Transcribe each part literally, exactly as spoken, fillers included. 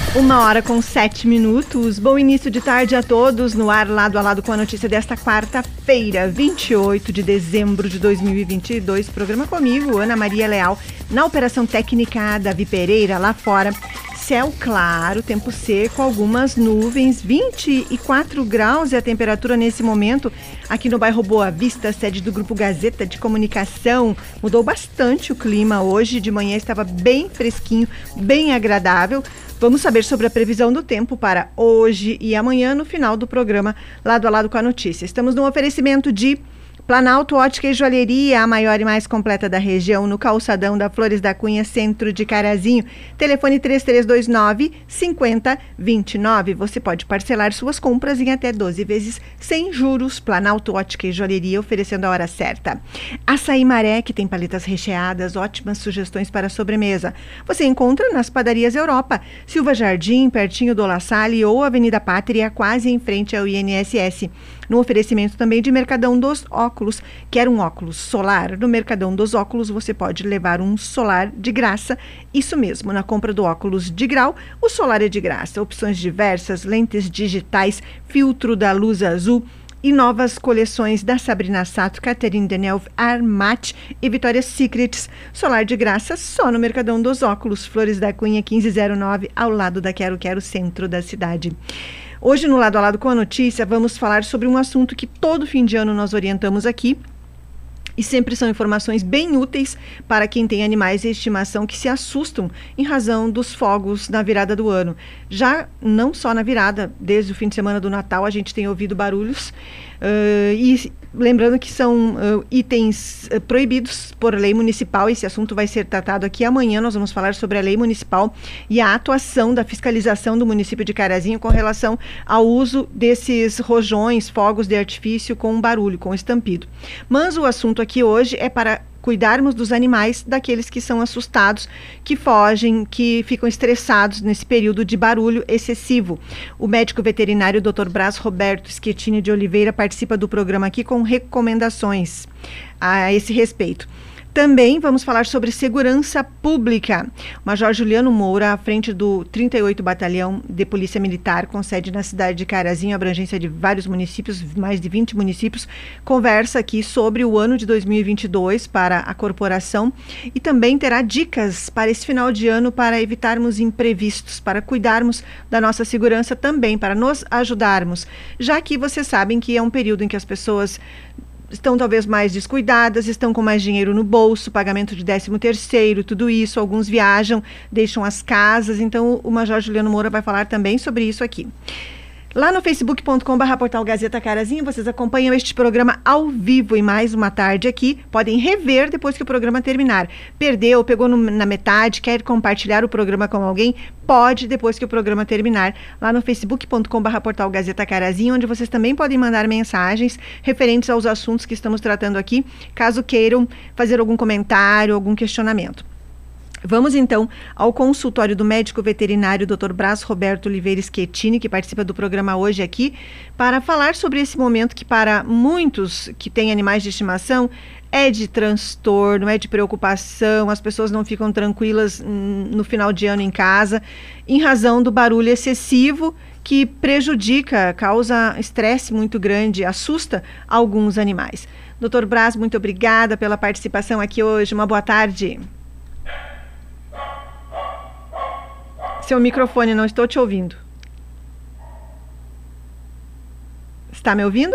Uma hora com sete minutos. Bom início de tarde a todos. No ar, lado a lado com a notícia desta quarta-feira, vinte e oito de dezembro de dois mil e vinte e dois. Programa comigo, Ana Maria Leal. Na operação técnica, Davi Pereira, lá fora. Céu claro, tempo seco, algumas nuvens, vinte e quatro graus é a temperatura nesse momento aqui no bairro Boa Vista, sede do Grupo Gazeta de Comunicação. Mudou bastante o clima hoje, de manhã estava bem fresquinho, bem agradável. Vamos saber sobre a previsão do tempo para hoje e amanhã no final do programa Lado a Lado com a Notícia. Estamos num oferecimento de Planalto Ótica e Joalheria, a maior e mais completa da região, no calçadão da Flores da Cunha, centro de Carazinho. Telefone três três dois nove, cinco zero dois nove. Você pode parcelar suas compras em até doze vezes sem juros. Planalto Ótica e Joalheria, oferecendo a hora certa. Açaí Maré, que tem paletas recheadas, ótimas sugestões para a sobremesa. Você encontra nas padarias Europa, Silva Jardim, pertinho do La Salle, ou Avenida Pátria, quase em frente ao I N S S. No oferecimento também de Mercadão dos Óculos. Quer um óculos solar? No Mercadão dos Óculos você pode levar um solar de graça. Isso mesmo, na compra do óculos de grau, o solar é de graça. Opções diversas, lentes digitais, filtro da luz azul e novas coleções da Sabrina Sato, Catherine Deneuve, Armat e Victoria's Secrets. Solar de graça só no Mercadão dos Óculos, Flores da Cunha quinze zero nove, ao lado da Quero Quero, centro da cidade. Hoje, no Lado a Lado com a Notícia, vamos falar sobre um assunto que todo fim de ano nós orientamos aqui. E sempre são informações bem úteis para quem tem animais de estimação que se assustam em razão dos fogos na virada do ano. Já não só na virada, desde o fim de semana do Natal a gente tem ouvido barulhos. Uh, e lembrando que são uh, itens uh, proibidos por lei municipal. Esse assunto vai ser tratado aqui amanhã. Nós vamos falar sobre a lei municipal e a atuação da fiscalização do município de Carazinho com relação ao uso desses rojões, fogos de artifício com barulho, com estampido. Mas o assunto aqui hoje é para cuidarmos dos animais, daqueles que são assustados, que fogem, que ficam estressados nesse período de barulho excessivo. O médico veterinário doutor Braz Roberto Schettini de Oliveira participa do programa aqui com recomendações a esse respeito. Também vamos falar sobre segurança pública. O Major Juliano Moura, à frente do trinta e oito Batalhão de Polícia Militar, com sede na cidade de Carazinho, abrangência de vários municípios, mais de vinte municípios, conversa aqui sobre o ano de dois mil e vinte e dois para a corporação e também terá dicas para esse final de ano para evitarmos imprevistos, para cuidarmos da nossa segurança também, para nos ajudarmos, já que vocês sabem que é um período em que as pessoas estão talvez mais descuidadas, estão com mais dinheiro no bolso, pagamento de décimo terceiro, tudo isso, alguns viajam, deixam as casas, então o Major Juliano Moura vai falar também sobre isso aqui. Lá no facebook ponto com barra portal Gazeta Carazinho, vocês acompanham este programa ao vivo e mais uma tarde aqui. Podem rever depois que o programa terminar. Perdeu, pegou no, na metade, quer compartilhar o programa com alguém? Pode depois que o programa terminar. Lá no facebook ponto com barra portal Gazeta Carazinho, onde vocês também podem mandar mensagens referentes aos assuntos que estamos tratando aqui, caso queiram fazer algum comentário, algum questionamento. Vamos então ao consultório do médico veterinário doutor Braz Roberto Oliveira Schettini, que participa do programa hoje aqui, para falar sobre esse momento que para muitos que têm animais de estimação é de transtorno, é de preocupação, as pessoas não ficam tranquilas hum, no final de ano em casa, em razão do barulho excessivo que prejudica, causa estresse muito grande, assusta alguns animais. doutor Braz, muito obrigada pela participação aqui hoje, uma boa tarde. Seu microfone, não estou te ouvindo. Está me ouvindo?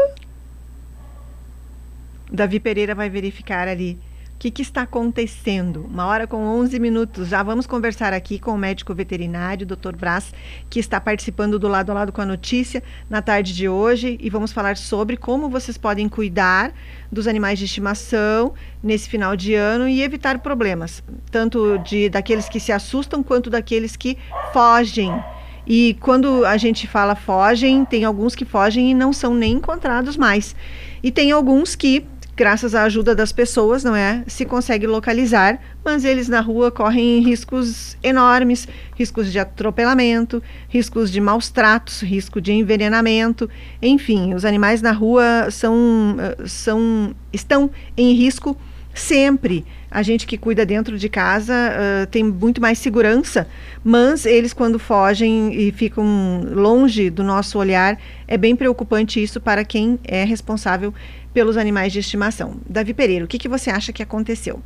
Davi Pereira vai verificar ali o que, que está acontecendo. Uma hora com onze minutos. Já vamos conversar aqui com o médico veterinário, doutor Braz, que está participando do Lado a Lado com a Notícia na tarde de hoje. E vamos falar sobre como vocês podem cuidar dos animais de estimação nesse final de ano e evitar problemas, tanto de, daqueles que se assustam quanto daqueles que fogem. E quando a gente fala fogem, tem alguns que fogem e não são nem encontrados mais. E tem alguns que, graças à ajuda das pessoas, não é, se consegue localizar, mas eles na rua correm riscos enormes, riscos de atropelamento, riscos de maus tratos, risco de envenenamento, enfim, os animais na rua são, são, estão em risco sempre. A gente que cuida dentro de casa uh, tem muito mais segurança, mas eles quando fogem e ficam longe do nosso olhar, é bem preocupante isso para quem é responsável pelos animais de estimação. Davi Pereira, o que, que você acha que aconteceu?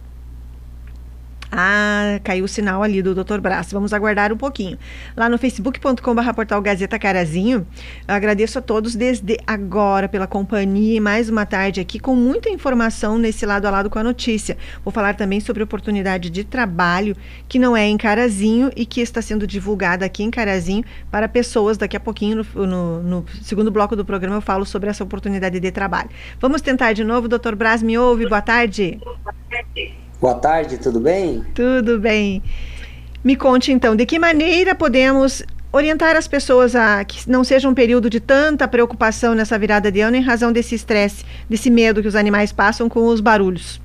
Ah, caiu o sinal ali do doutor Brás. Vamos aguardar um pouquinho. Lá no facebook ponto com barra portal Gazeta Carazinho, agradeço a todos desde agora pela companhia e mais uma tarde aqui com muita informação nesse lado a lado com a notícia. Vou falar também sobre oportunidade de trabalho que não é em Carazinho e que está sendo divulgada aqui em Carazinho para pessoas. Daqui a pouquinho, no, no, no segundo bloco do programa, eu falo sobre essa oportunidade de trabalho. Vamos tentar de novo, doutor Brás, me ouve? Boa tarde. Boa tarde. Boa tarde, tudo bem? Tudo bem. Me conte então, de que maneira podemos orientar as pessoas a que não seja um período de tanta preocupação nessa virada de ano em razão desse estresse, desse medo que os animais passam com os barulhos?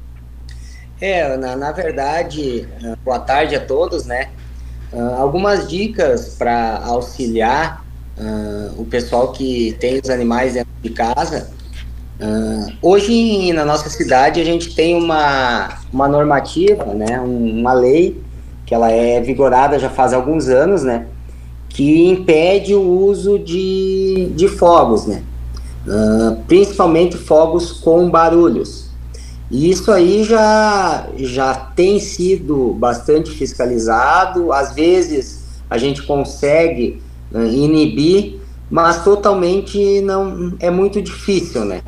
É, na, na verdade, boa tarde a todos, né? Uh, algumas dicas para auxiliar uh, o pessoal que tem os animais dentro de casa. Uh, hoje na nossa cidade a gente tem uma, uma normativa, né, um, uma lei que ela é vigorada já faz alguns anos, né, que impede o uso de, de fogos, né, uh, principalmente fogos com barulhos. E isso aí já, já tem sido bastante fiscalizado, às vezes a gente consegue uh, inibir, mas totalmente não é muito difícil, né.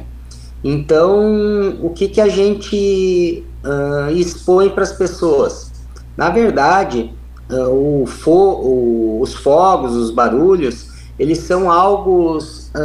Então, o que, que a gente uh, expõe para as pessoas? Na verdade, uh, o fo o, os fogos, os barulhos, eles são algo uh,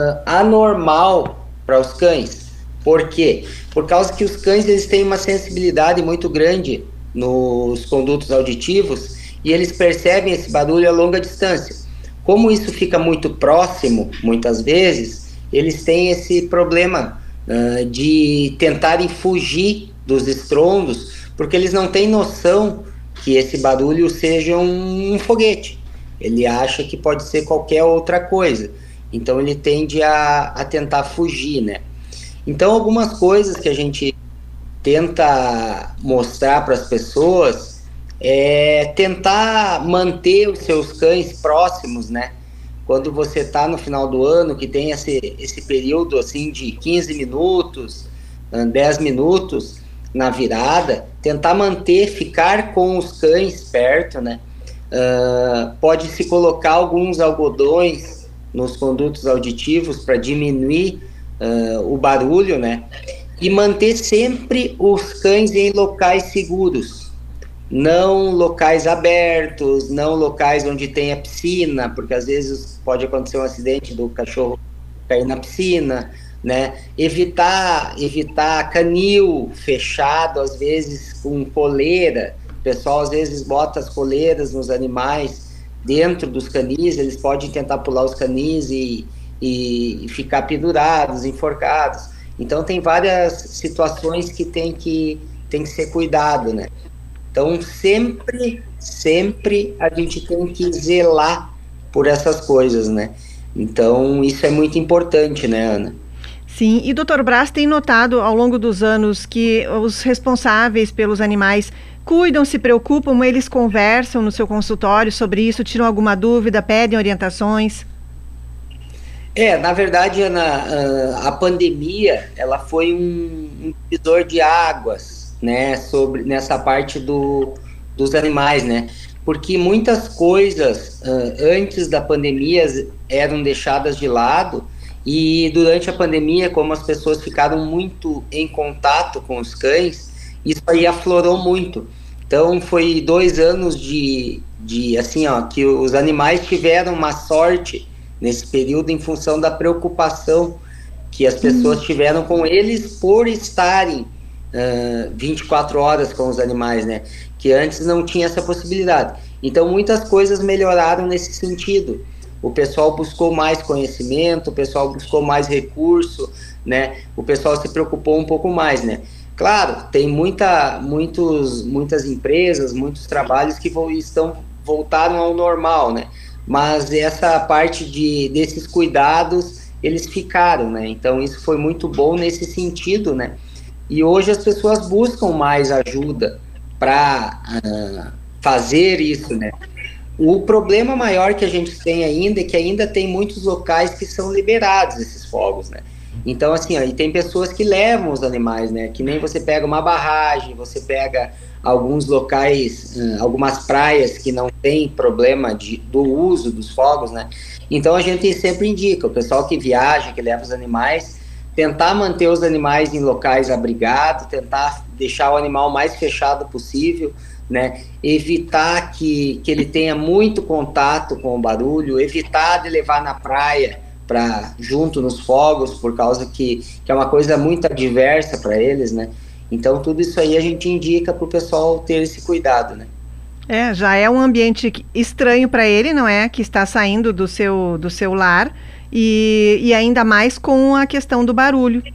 anormal para os cães. Por quê? Por causa que os cães eles têm uma sensibilidade muito grande nos condutos auditivos e eles percebem esse barulho a longa distância. Como isso fica muito próximo, muitas vezes, eles têm esse problema Uh, de tentarem fugir dos estrondos, porque eles não têm noção que esse barulho seja um, um foguete. Ele acha que pode ser qualquer outra coisa. Então ele tende a, a tentar fugir, né? Então algumas coisas que a gente tenta mostrar para as pessoas é tentar manter os seus cães próximos, né? Quando você está no final do ano, que tem esse, esse período assim de quinze minutos, dez minutos na virada, tentar manter, ficar com os cães perto, né? Uh, pode se colocar alguns algodões nos condutos auditivos para diminuir uh, o barulho, né? E manter sempre os cães em locais seguros. Não locais abertos, não locais onde tenha piscina, porque às vezes pode acontecer um acidente do cachorro cair na piscina, né? Evitar, evitar canil fechado, às vezes com coleira. O pessoal às vezes bota as coleiras nos animais dentro dos canis, eles podem tentar pular os canis e, e ficar pendurados, enforcados. Então tem várias situações que tem que, tem que ser cuidado, né? Então, sempre, sempre a gente tem que zelar por essas coisas, né? Então, isso é muito importante, né, Ana? Sim, e doutor Brás tem notado ao longo dos anos que os responsáveis pelos animais cuidam, se preocupam, eles conversam no seu consultório sobre isso, tiram alguma dúvida, pedem orientações? É, na verdade, Ana, a pandemia, ela foi um divisor de águas, né, sobre, nessa parte do, dos animais, né, porque muitas coisas uh, antes da pandemia eram deixadas de lado e durante a pandemia, como as pessoas ficaram muito em contato com os cães, isso aí aflorou muito. Então foi dois anos de, de assim, ó, que os animais tiveram uma sorte nesse período em função da preocupação que as pessoas tiveram com eles por estarem Uh, vinte e quatro horas com os animais, né? Que antes não tinha essa possibilidade. Então muitas coisas melhoraram nesse sentido. O pessoal buscou mais conhecimento, o pessoal buscou mais recurso, né? O pessoal se preocupou um pouco mais, né? Claro, tem muita, muitos, muitas empresas, muitos trabalhos que vão, estão voltaram ao normal, né? Mas essa parte de desses cuidados eles ficaram, né? Então isso foi muito bom nesse sentido, né? e hoje as pessoas buscam mais ajuda para uh, fazer isso, né? O problema maior que a gente tem ainda é que ainda tem muitos locais que são liberados esses fogos, né? Então, assim, ó, e tem pessoas que levam os animais, né? Que nem você pega uma barragem, você pega alguns locais, algumas praias que não tem problema de, do uso dos fogos, né? Então a gente sempre indica, o pessoal que viaja, que leva os animais, tentar manter os animais em locais abrigados, tentar deixar o animal mais fechado possível, né? Evitar que, que ele tenha muito contato com o barulho, evitar de levar na praia para junto nos fogos, por causa que, que é uma coisa muito adversa para eles, né? Então tudo isso aí a gente indica para o pessoal ter esse cuidado, né? É, já é um ambiente estranho para ele, não é? Que está saindo do seu, do seu lar e, e ainda mais com a questão do barulho.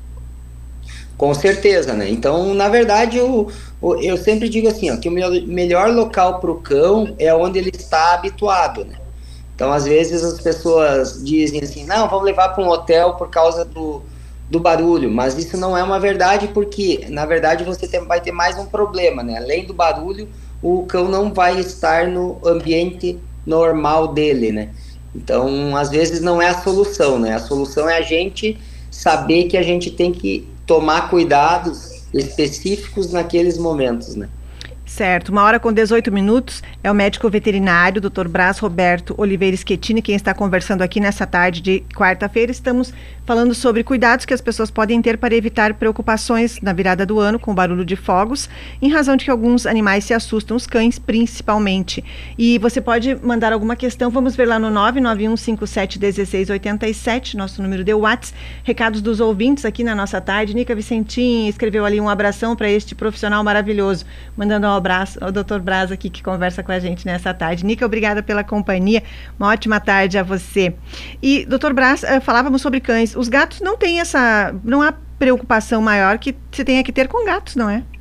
Com certeza, né? Então, na verdade, eu, eu sempre digo assim, ó, que o melhor local para o cão é onde ele está habituado, né? Então, às vezes as pessoas dizem assim, não, vamos levar para um hotel por causa do, do barulho, mas isso não é uma verdade, porque, na verdade, você tem, vai ter mais um problema, né? Além do barulho, o cão não vai estar no ambiente normal dele, né? Então, às vezes não é a solução, né? A solução é a gente saber que a gente tem que tomar cuidados específicos naqueles momentos, né? Certo, uma hora com dezoito minutos, é o médico veterinário, doutor Brás Roberto Oliveira Schettini, quem está conversando aqui nessa tarde de quarta-feira. Estamos falando sobre cuidados que as pessoas podem ter para evitar preocupações na virada do ano com o barulho de fogos, em razão de que alguns animais se assustam, os cães principalmente. E você pode mandar alguma questão, vamos ver lá no nove nove um cinco sete um seis oito sete, nosso número de WhatsApp, recados dos ouvintes aqui na nossa tarde. Nica Vicentim escreveu ali um abração para este profissional maravilhoso, mandando um abraço ao doutor Brás aqui que conversa com a gente nessa tarde. Nica, obrigada pela companhia, uma ótima tarde a você. E, doutor Brás, uh, falávamos sobre cães, os gatos não têm essa, não há preocupação maior que se tenha que ter com gatos, não é?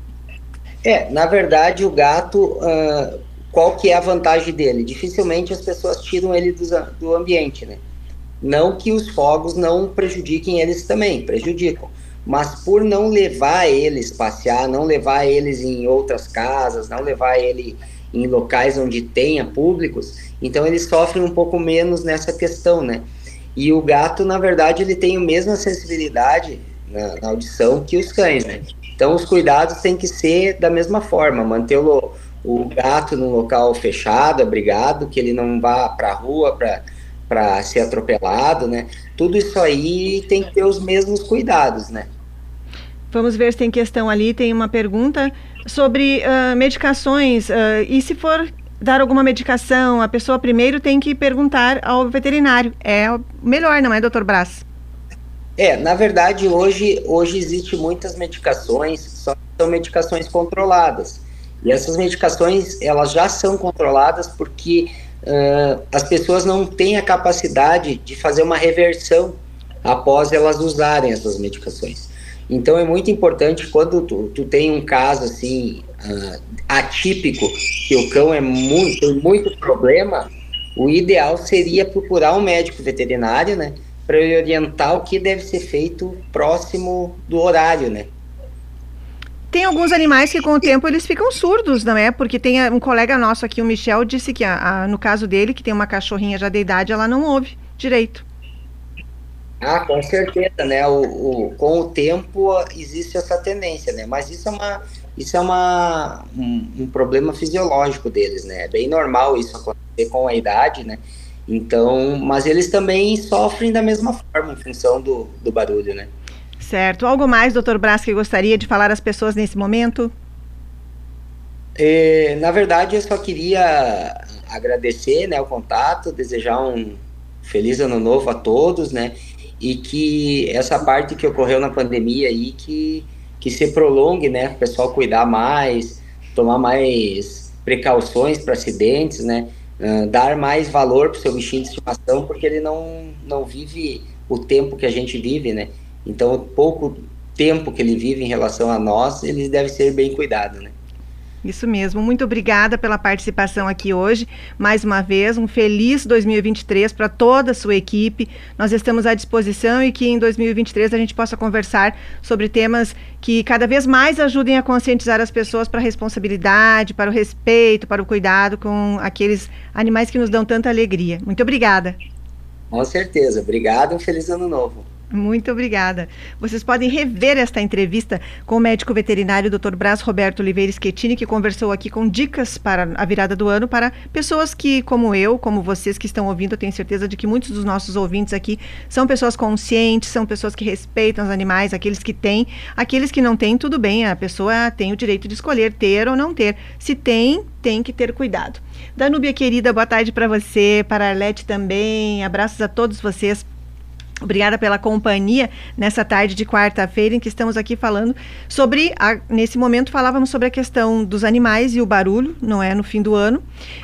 É, na verdade o gato, uh, qual que é a vantagem dele? Dificilmente as pessoas tiram ele do, do ambiente, né? Não que os fogos não prejudiquem eles também, prejudicam. Mas por não levar eles passear, não levar eles em outras casas, não levar ele em locais onde tenha públicos, então eles sofrem um pouco menos nessa questão, né? E o gato, na verdade, ele tem a mesma sensibilidade na, na audição que os cães, né? Então os cuidados têm que ser da mesma forma, manter o, o gato num local fechado, abrigado, que ele não vá para a rua para para ser atropelado, né? Tudo isso aí tem que ter os mesmos cuidados, né? Vamos ver se tem questão ali, tem uma pergunta sobre uh, medicações, uh, e se for dar alguma medicação, a pessoa primeiro tem que perguntar ao veterinário, é melhor, não é, doutor Brás? É, na verdade, hoje, hoje existe muitas medicações, só que são medicações controladas, e essas medicações, elas já são controladas porque uh, as pessoas não têm a capacidade de fazer uma reversão após elas usarem essas medicações. Então é muito importante, quando tu, tu tem um caso assim uh, atípico, que o cão é muito, tem muito problema, o ideal seria procurar um médico veterinário, né, para ele orientar o que deve ser feito próximo do horário, né. Tem alguns animais que com o tempo eles ficam surdos, não é? Porque tem um colega nosso aqui, o Michel, disse que a, a, no caso dele, que tem uma cachorrinha já de idade, ela não ouve direito. Ah, com certeza, né? O, o, com o tempo existe essa tendência, né? Mas isso é, uma, isso é uma, um, um problema fisiológico deles, né? É bem normal isso acontecer com a idade, né? Então, mas eles também sofrem da mesma forma em função do, do barulho, né? Certo. Algo mais, doutor Brás, que gostaria de falar às pessoas nesse momento? É, na verdade, eu só queria agradecer, né, o contato, desejar um feliz ano novo a todos, né? E que essa parte que ocorreu na pandemia aí, que, que se prolongue, né, o pessoal cuidar mais, tomar mais precauções para acidentes, né, uh, dar mais valor para o seu bichinho de estimação, porque ele não, não vive o tempo que a gente vive, né, então o pouco tempo que ele vive em relação a nós, ele deve ser bem cuidado, né. Isso mesmo. Muito obrigada pela participação aqui hoje. Mais uma vez, um feliz dois mil e vinte e três para toda a sua equipe. Nós estamos à disposição e que em dois mil e vinte e três a gente possa conversar sobre temas que cada vez mais ajudem a conscientizar as pessoas para a responsabilidade, para o respeito, para o cuidado com aqueles animais que nos dão tanta alegria. Muito obrigada. Com certeza. Obrigado e um feliz ano novo. Muito obrigada. Vocês podem rever esta entrevista com o médico veterinário doutor Braz Roberto Oliveira Schettini, que conversou aqui com dicas para a virada do ano para pessoas que, como eu, como vocês que estão ouvindo, eu tenho certeza de que muitos dos nossos ouvintes aqui são pessoas conscientes, são pessoas que respeitam os animais, aqueles que têm, aqueles que não têm, tudo bem, a pessoa tem o direito de escolher ter ou não ter. Se tem, tem que ter cuidado. Danúbia querida, boa tarde para você, para a Arlete também, abraços a todos vocês. Obrigada pela companhia nessa tarde de quarta-feira em que estamos aqui falando sobre, a, nesse momento falávamos sobre a questão dos animais e o barulho, não é, no fim do ano.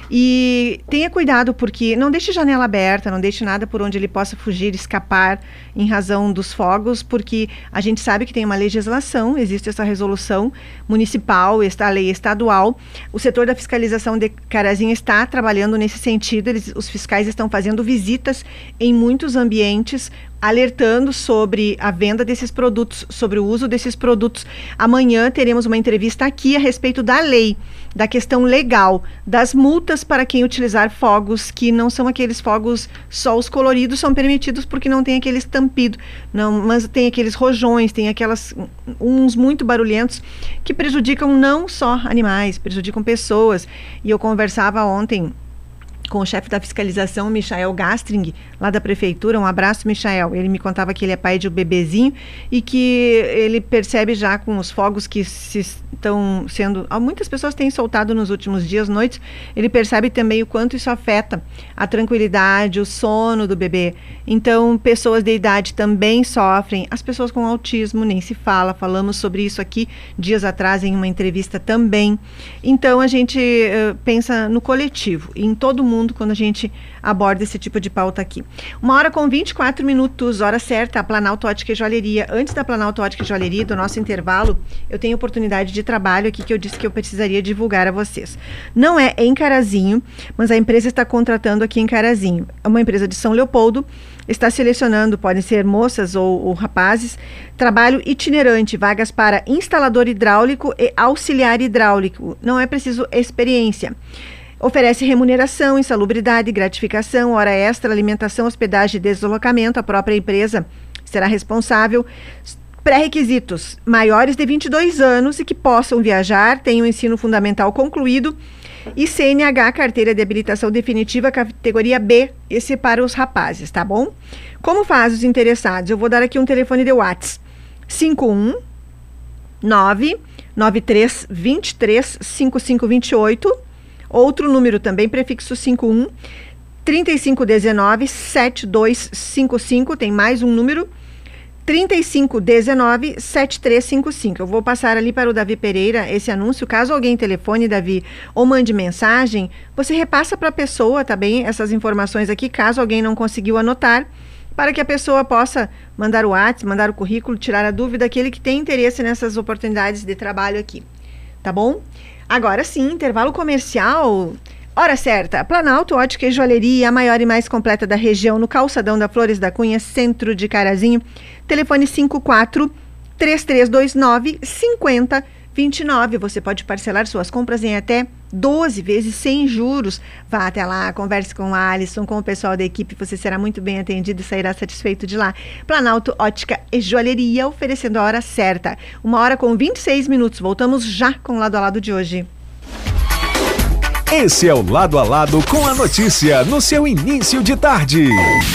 E tenha cuidado porque não deixe janela aberta, não deixe nada por onde ele possa fugir, escapar em razão dos fogos, porque a gente sabe que tem uma legislação, existe essa resolução municipal, esta lei estadual. O setor da fiscalização de Carazinho está trabalhando nesse sentido, eles, os fiscais estão fazendo visitas em muitos ambientes, alertando sobre a venda desses produtos, sobre o uso desses produtos. Amanhã teremos uma entrevista aqui a respeito da lei, da questão legal, das multas para quem utilizar fogos que não são aqueles fogos, só os coloridos são permitidos porque não tem aquele estampido, não, mas tem aqueles rojões, tem aquelas, uns muito barulhentos que prejudicam não só animais, prejudicam pessoas. E eu conversava ontem com o chefe da fiscalização, Michael Gastring, lá da prefeitura. Um abraço, Michael. Ele me contava que ele é pai de um bebezinho e que ele percebe já com os fogos que se estão sendo... Muitas pessoas têm soltado nos últimos dias, noites. Ele percebe também o quanto isso afeta a tranquilidade, o sono do bebê. Então, pessoas de idade também sofrem. As pessoas com autismo nem se fala. Falamos sobre isso aqui dias atrás em uma entrevista também. Então, a gente uh, pensa no coletivo, em todo mundo, quando a gente aborda esse tipo de pauta aqui. Uma hora com vinte e quatro minutos, hora certa, a Planalto Ótica e Joalheria. Antes da Planalto Ótica e Joalheria, do nosso intervalo, eu tenho oportunidade de trabalho aqui que eu disse que eu precisaria divulgar a vocês. Não é em Carazinho, mas a empresa está contratando aqui em Carazinho. É uma empresa de São Leopoldo, está selecionando, podem ser moças ou, ou rapazes, trabalho itinerante, vagas para instalador hidráulico e auxiliar hidráulico. Não é preciso experiência. Oferece remuneração, insalubridade, gratificação, hora extra, alimentação, hospedagem e deslocamento. A própria empresa será responsável. Pré-requisitos: maiores de vinte e dois anos e que possam viajar, tenham ensino fundamental concluído e C N H, carteira de habilitação definitiva, categoria B, esse para os rapazes, tá bom? Como faz os interessados? Eu vou dar aqui um telefone de WhatsApp: cinco um nove nove três dois três cinco cinco dois oito. Outro número também, prefixo cinco um, trinta e cinco dezenove, setenta e dois cinquenta e cinco, tem mais um número, trinta e cinco dezenove, setenta e três cinquenta e cinco. Eu vou passar ali para o Davi Pereira esse anúncio. Caso alguém telefone, Davi, ou mande mensagem, você repassa para a pessoa, tá bem? Essas informações aqui, caso alguém não conseguiu anotar, para que a pessoa possa mandar o WhatsApp, mandar o currículo, tirar a dúvida, aquele que tem interesse nessas oportunidades de trabalho aqui, tá bom? Agora sim, intervalo comercial. Hora certa, Planalto Ótica e Joalheria, a maior e mais completa da região, no calçadão da Flores da Cunha, centro de Carazinho. Telefone cinco quatro, três três dois nove, cinco zero dois nove. Você pode parcelar suas compras em até doze vezes sem juros. Vá até lá, converse com a Alisson, com o pessoal da equipe, você será muito bem atendido e sairá satisfeito de lá. Planalto Ótica e Joalheria, oferecendo a hora certa. Uma hora com vinte e seis minutos. Voltamos já com o Lado a Lado de hoje. Esse é o Lado a Lado com a notícia no seu início de tarde.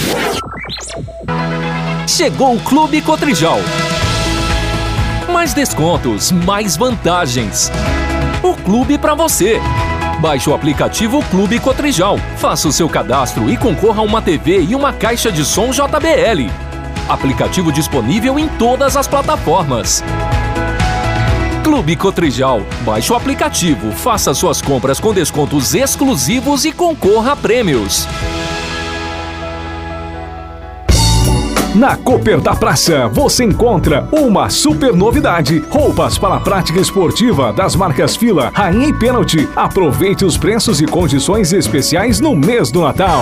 Chegou o Clube Cotrijal. Mais descontos, mais vantagens. O clube para você. Baixe o aplicativo Clube Cotrijal, faça o seu cadastro e concorra a uma T V e uma caixa de som J B L. Aplicativo disponível em todas as plataformas. Clube Cotrijal. Baixe o aplicativo, faça suas compras com descontos exclusivos e concorra a prêmios. Na Cooper da Praça, você encontra uma super novidade. Roupas para a prática esportiva das marcas Fila, Rainha e Pênalti. Aproveite os preços e condições especiais no mês do Natal.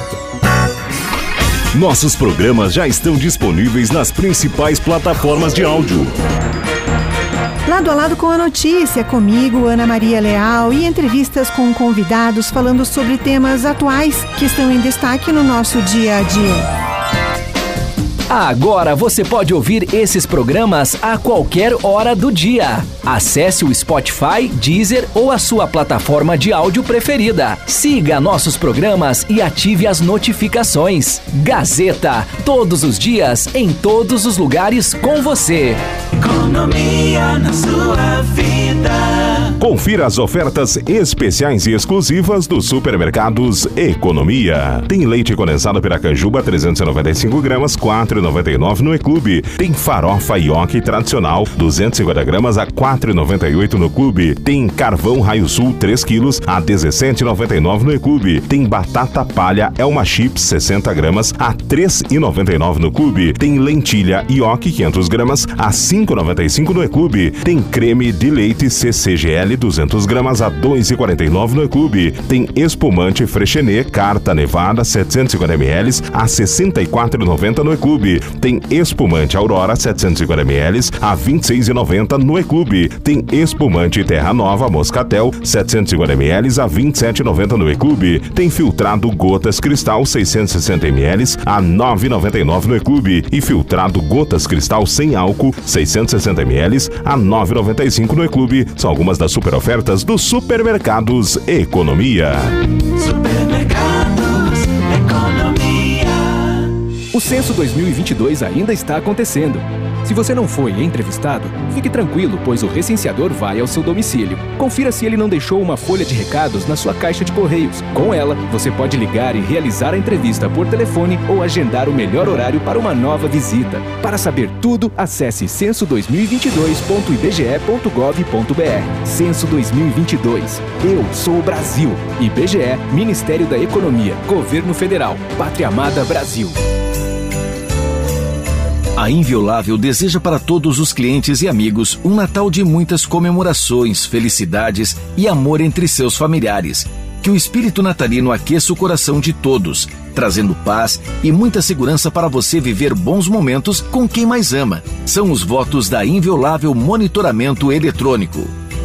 Nossos programas já estão disponíveis nas principais plataformas de áudio. Lado a lado com a notícia, comigo, Ana Maria Leal, e entrevistas com convidados falando sobre temas atuais que estão em destaque no nosso dia a dia. Agora você pode ouvir esses programas a qualquer hora do dia. Acesse o Spotify, Deezer ou a sua plataforma de áudio preferida. Siga nossos programas e ative as notificações. Gazeta, todos os dias, em todos os lugares com você. Economia na sua vida. Confira as ofertas especiais e exclusivas dos supermercados Economia. Tem leite condensado Piracanjuba trezentos e noventa e cinco gramas, quatro reais e noventa e nove centavos no E-Clube. Tem farofa Ioki tradicional duzentos e cinquenta gramas a quatro reais e noventa e oito centavos no Clube. Tem carvão Raio Sul três quilos a dezessete reais e noventa e nove centavos no E-Clube. Tem batata palha Elma Chips sessenta gramas a três reais e noventa e nove centavos no Clube. Tem lentilha Ioki quinhentas gramas a cinco reais e noventa e cinco centavos no E-Clube. Tem creme de leite C C G L duzentas gramas a dois reais e quarenta e nove centavos no E-Clube. Tem espumante Freixenet Carta Nevada setecentos e cinquenta mililitros a sessenta e quatro reais e noventa centavos no E-Clube. Tem espumante Aurora setecentos e cinquenta mililitros a vinte e seis reais e noventa centavos no E-Clube. Tem espumante Terra Nova Moscatel setecentos e cinquenta mililitros a vinte e sete reais e noventa centavos no E-Clube. Tem filtrado Gotas Cristal seiscentos e sessenta mililitros a nove reais e noventa e nove centavos no E-Clube. E filtrado Gotas Cristal sem álcool seiscentos e sessenta mililitros a nove reais e noventa e cinco centavos no E-Clube. São algumas das super ofertas dos supermercados Economia. Supermercados Economia. O Censo dois mil e vinte e dois ainda está acontecendo. Se você não foi entrevistado, fique tranquilo, pois o recenseador vai ao seu domicílio. Confira se ele não deixou uma folha de recados na sua caixa de correios. Com ela, você pode ligar e realizar a entrevista por telefone ou agendar o melhor horário para uma nova visita. Para saber tudo, acesse censo dois mil e vinte e dois ponto i b g e ponto gov ponto b r. Censo dois mil e vinte e dois. Eu sou o Brasil. I B G E, Ministério da Economia, Governo Federal, Pátria Amada Brasil. A Inviolável deseja para todos os clientes e amigos um Natal de muitas comemorações, felicidades e amor entre seus familiares. Que o espírito natalino aqueça o coração de todos, trazendo paz e muita segurança para você viver bons momentos com quem mais ama. São os votos da Inviolável Monitoramento Eletrônico.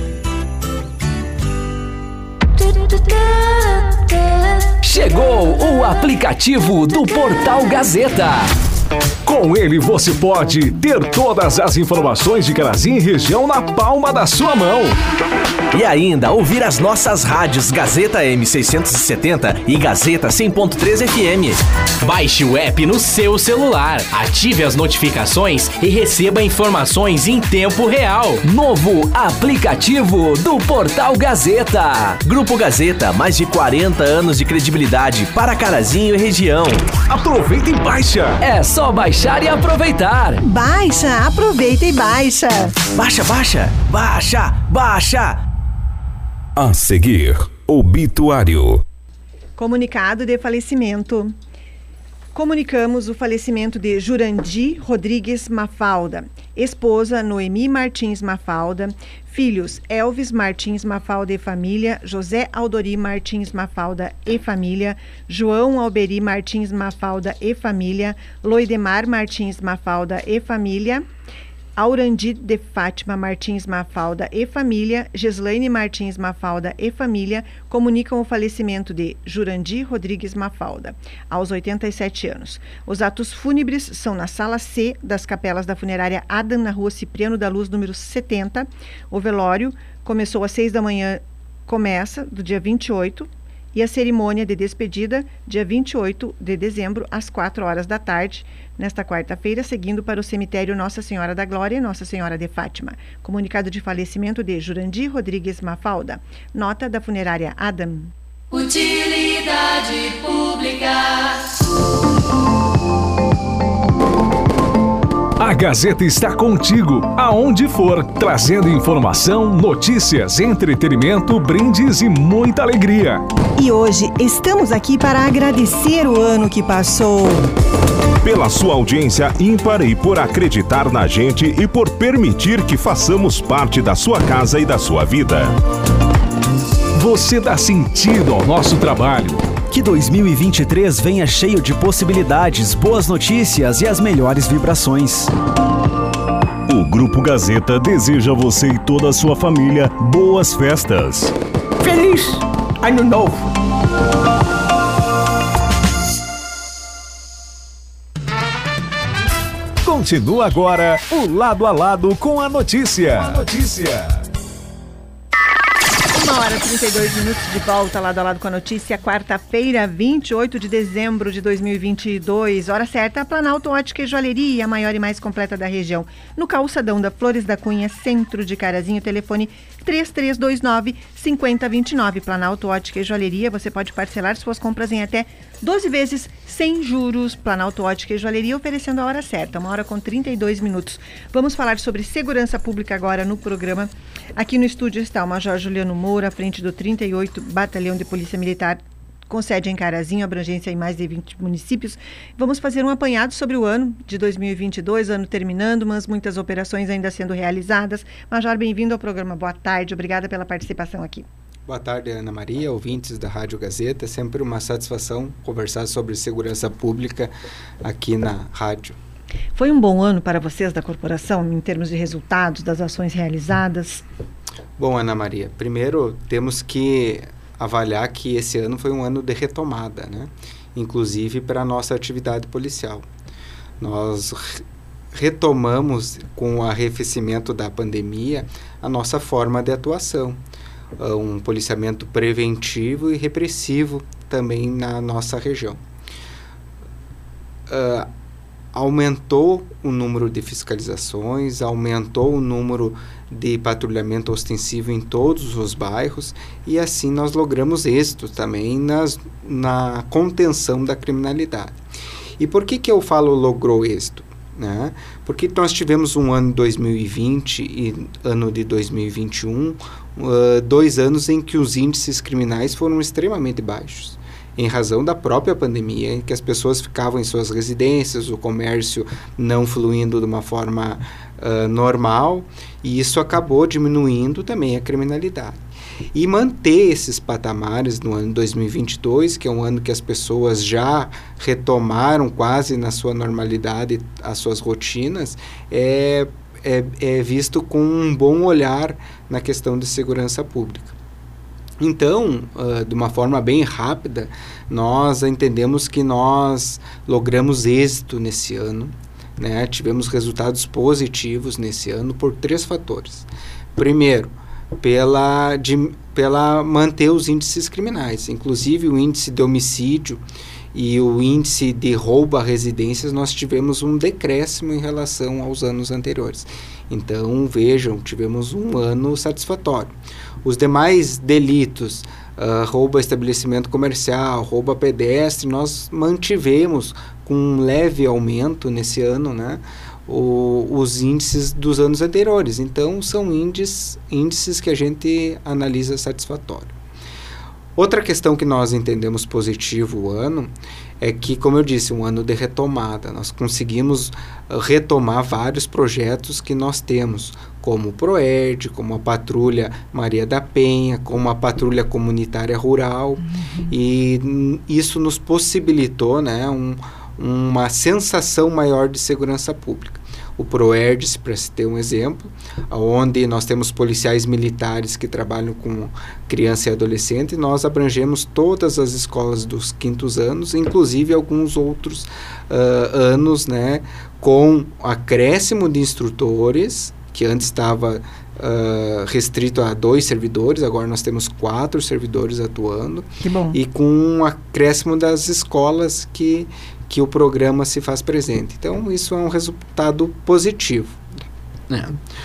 Chegou o aplicativo do Portal Gazeta. Com ele você pode ter todas as informações de Carazinho e região na palma da sua mão. E ainda ouvir as nossas rádios Gazeta M seiscentos e setenta e Gazeta cem ponto três F M. Baixe o app no seu celular, ative as notificações e receba informações em tempo real. Novo aplicativo do Portal Gazeta. Grupo Gazeta, mais de quarenta anos de credibilidade para Carazinho e região. Aproveita e baixa. É só baixar e aproveitar. Baixa, aproveita e baixa. Baixa, baixa, baixa, baixa. A seguir, obituário. Comunicado de falecimento. Comunicamos o falecimento de Jurandi Rodrigues Mafalda, esposa Noemi Martins Mafalda, filhos Elvis Martins Mafalda e família, José Aldori Martins Mafalda e família, João Alberi Martins Mafalda e família, Loidemar Martins Mafalda e família, Aurandi de Fátima Martins Mafalda e família, Geslaine Martins Mafalda e família, comunicam o falecimento de Jurandi Rodrigues Mafalda, aos oitenta e sete anos. Os atos fúnebres são na sala C das capelas da funerária Adam, na rua Cipriano da Luz, número setenta. O velório começou às seis da manhã, começa do dia vinte e oito, e a cerimônia de despedida, dia vinte e oito de dezembro, às quatro horas da tarde, nesta quarta-feira, seguindo para o cemitério Nossa Senhora da Glória e Nossa Senhora de Fátima. Comunicado de falecimento de Jurandi Rodrigues Mafalda. Nota da funerária Adam. Utilidade pública. A Gazeta está contigo, aonde for, trazendo informação, notícias, entretenimento, brindes e muita alegria. E hoje estamos aqui para agradecer o ano que passou. Pela sua audiência ímpar e por acreditar na gente e por permitir que façamos parte da sua casa e da sua vida. Você dá sentido ao nosso trabalho. Que dois mil e vinte e três venha cheio de possibilidades, boas notícias e as melhores vibrações. O Grupo Gazeta deseja a você e toda a sua família boas festas. Feliz Ano Novo! Continua agora o Lado a Lado com a notícia. A notícia. Uma hora e trinta e dois minutos de volta, lado a lado com a notícia, quarta-feira, vinte e oito de dezembro de dois mil e vinte e dois. Hora certa, Planalto Ótica e Joalheria, a maior e mais completa da região. No calçadão da Flores da Cunha, centro de Carazinho, telefone três três dois nove, cinco zero dois nove. Planalto Ótica e Joalheria, você pode parcelar suas compras em até doze vezes sem juros. Planalto Ótica e Joalheria oferecendo a hora certa, uma hora com trinta e dois minutos. Vamos falar sobre segurança pública agora no programa. Aqui no estúdio está o Major Juliano Moura, à frente do trinta e oito Batalhão de Polícia Militar, com sede em Carazinho, abrangência em mais de vinte municípios. Vamos fazer um apanhado sobre o ano de dois mil e vinte e dois, ano terminando, mas muitas operações ainda sendo realizadas. Major, bem-vindo ao programa. Boa tarde, obrigada pela participação aqui. Boa tarde, Ana Maria, ouvintes da Rádio Gazeta. É sempre uma satisfação conversar sobre segurança pública aqui na rádio. Foi um bom ano para vocês da corporação, em termos de resultados das ações realizadas? Bom, Ana Maria, primeiro temos que avaliar que esse ano foi um ano de retomada, né? Inclusive para a nossa atividade policial. Nós retomamos, com o arrefecimento da pandemia, a nossa forma de atuação. Um policiamento preventivo e repressivo também na nossa região. Uh, aumentou o número de fiscalizações, aumentou o número de patrulhamento ostensivo em todos os bairros e assim nós logramos êxito também nas, na contenção da criminalidade. E por que que eu falo logrou êxito? Né? Porque nós tivemos um ano de dois mil e vinte e ano de dois mil e vinte e um, uh, dois anos em que os índices criminais foram extremamente baixos, em razão da própria pandemia, em que as pessoas ficavam em suas residências, o comércio não fluindo de uma forma uh, normal, e isso acabou diminuindo também a criminalidade. E manter esses patamares no ano dois mil e vinte e dois, que é um ano que as pessoas já retomaram quase na sua normalidade as suas rotinas, é, é, é visto com um bom olhar na questão de segurança pública. Então, uh, de uma forma bem rápida, nós entendemos que nós logramos êxito nesse ano, né? Tivemos resultados positivos nesse ano por três fatores. Primeiro, pela, de, pela manter os índices criminais, inclusive o índice de homicídio e o índice de roubo a residências, nós tivemos um decréscimo em relação aos anos anteriores. Então, vejam, tivemos um ano satisfatório. Os demais delitos, uh, roubo a estabelecimento comercial, roubo a pedestre, nós mantivemos com um leve aumento nesse ano, né, o, os índices dos anos anteriores. Então, são índices, índices que a gente analisa satisfatório. Outra questão que nós entendemos positivo o ano é que, como eu disse, um ano de retomada. Nós conseguimos uh, retomar vários projetos que nós temos, como o PROERD, como a Patrulha Maria da Penha, como a Patrulha Comunitária Rural, uhum. E n- isso nos possibilitou, né, um, uma sensação maior de segurança pública. O PROERD, para se ter um exemplo, onde nós temos policiais militares que trabalham com criança e adolescente, e nós abrangemos todas as escolas dos quintos anos, inclusive alguns outros uh, anos, né, com acréscimo de instrutores, que antes estava uh, restrito a dois servidores, agora nós temos quatro servidores atuando. Que bom. E com um acréscimo das escolas que, que o programa se faz presente. Então, isso é um resultado positivo. É.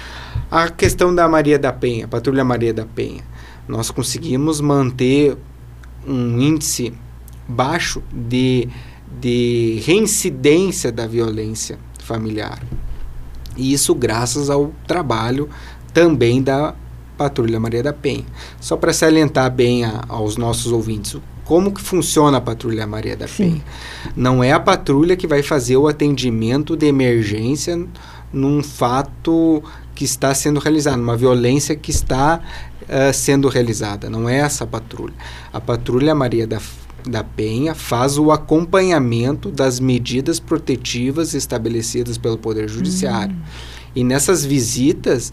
A questão da Maria da Penha, Patrulha Maria da Penha, nós conseguimos manter um índice baixo de, de reincidência da violência familiar. E isso graças ao trabalho também da Patrulha Maria da Penha. Só para salientar bem a, aos nossos ouvintes, como que funciona a Patrulha Maria da Penha? Sim. Não é a patrulha que vai fazer o atendimento de emergência num fato que está sendo realizado, uma violência que está uh, sendo realizada. Não é essa a patrulha. A Patrulha Maria da, da Penha faz o acompanhamento das medidas protetivas estabelecidas pelo Poder Judiciário. Uhum. E nessas visitas,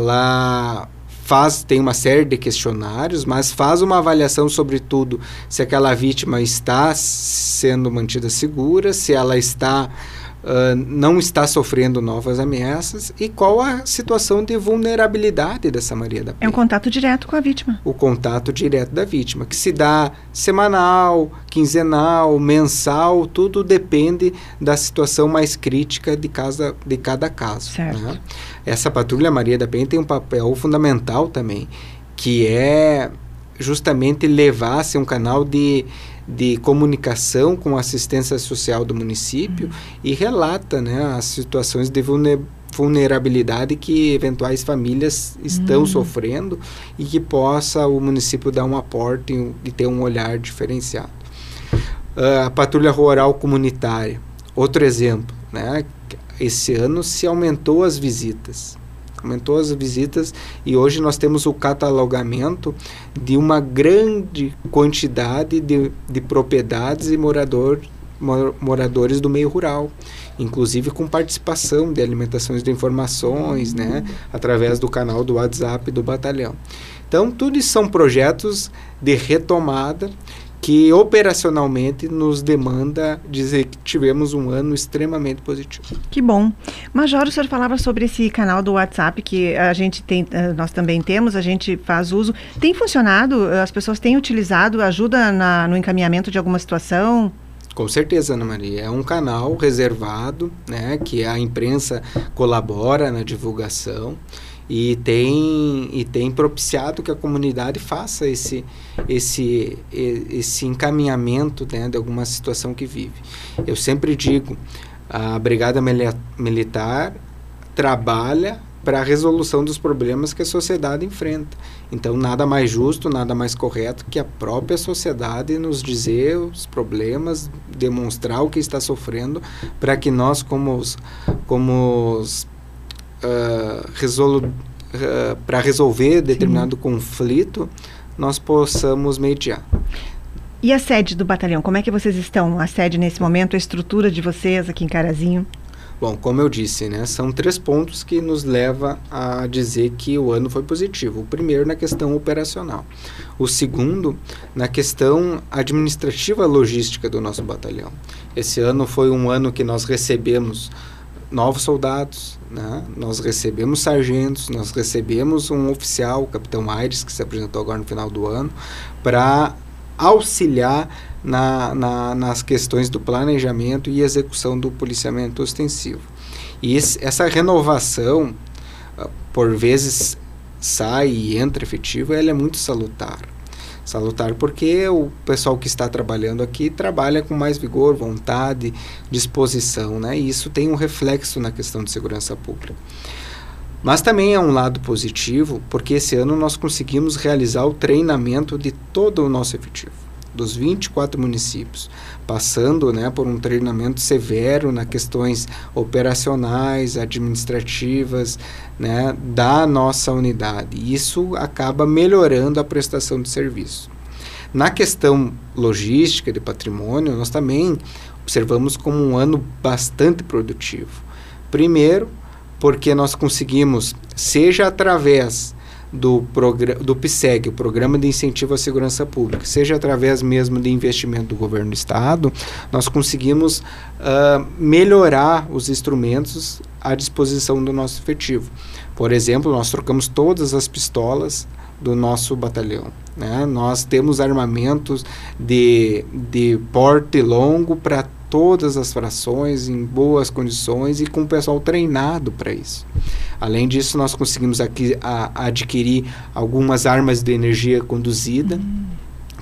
ela faz, tem uma série de questionários, mas faz uma avaliação, sobretudo, se aquela vítima está sendo mantida segura, se ela está, uh, não está sofrendo novas ameaças e qual a situação de vulnerabilidade dessa Maria da Penha. É um contato direto com a vítima. O contato direto da vítima, que se dá semanal, quinzenal, mensal, tudo depende da situação mais crítica de, casa, de cada caso. Certo. Né? Essa Patrulha Maria da Penha tem um papel fundamental também, que é justamente levar a ser um canal de, de comunicação com a assistência social do município, uhum. e relata, né, as situações de vulnerabilidade que eventuais famílias estão uhum. sofrendo e que possa o município dar um aporte e, e ter um olhar diferenciado. Uh, a Patrulha Rural Comunitária, outro exemplo, né? Esse ano se aumentou as visitas, aumentou as visitas e hoje nós temos o catalogamento de uma grande quantidade de, de propriedades e morador, mor, moradores do meio rural, inclusive com participação de alimentações de informações, uhum. né, através do canal do WhatsApp do batalhão. Então, tudo isso são projetos de retomada que operacionalmente nos demanda dizer que tivemos um ano extremamente positivo. Que bom. Major, o senhor falava sobre esse canal do WhatsApp que a gente tem, nós também temos, a gente faz uso. Tem funcionado? As pessoas têm utilizado? Ajuda na, no encaminhamento de alguma situação? Com certeza, Ana Maria. É um canal reservado, né, que a imprensa colabora na divulgação. E tem, e tem propiciado que a comunidade faça esse, esse, esse encaminhamento, né, de alguma situação que vive. Eu sempre digo, a Brigada Militar trabalha para a resolução dos problemas que a sociedade enfrenta. Então, nada mais justo, nada mais correto que a própria sociedade nos dizer os problemas, demonstrar o que está sofrendo, para que nós, como os, como os Uh, resolu- uh, para resolver determinado Sim. conflito, nós possamos mediar. E a sede do batalhão, como é que vocês estão? A sede nesse momento, a estrutura de vocês aqui em Carazinho? Bom, como eu disse, né, são três pontos que nos levam a dizer que o ano foi positivo. O primeiro na questão operacional. O segundo na questão administrativa logística do nosso batalhão. Esse ano foi um ano que nós recebemos novos soldados, né? Nós recebemos sargentos, nós recebemos um oficial, o capitão Aires, que se apresentou agora no final do ano, para auxiliar na, na, nas questões do planejamento e execução do policiamento ostensivo. E esse, essa renovação, por vezes sai e entra efetivo, ela é muito salutar. Salutar porque o pessoal que está trabalhando aqui trabalha com mais vigor, vontade, disposição, né? E isso tem um reflexo na questão de segurança pública. Mas também é um lado positivo, porque esse ano nós conseguimos realizar o treinamento de todo o nosso efetivo, dos vinte e quatro municípios, passando, né, por um treinamento severo nas questões operacionais, administrativas, né, da nossa unidade. Isso acaba melhorando a prestação de serviço. Na questão logística de patrimônio, nós também observamos como um ano bastante produtivo. Primeiro, porque nós conseguimos, seja através do, do P S E G, o Programa de Incentivo à Segurança Pública, seja através mesmo de investimento do governo do Estado, nós conseguimos uh, melhorar os instrumentos à disposição do nosso efetivo. Por exemplo, nós trocamos todas as pistolas do nosso batalhão, né? Nós temos armamentos de, de porte longo para todas as frações em boas condições e com o pessoal treinado para isso. Além disso, nós conseguimos aqui, a, adquirir algumas armas de energia conduzida, hum.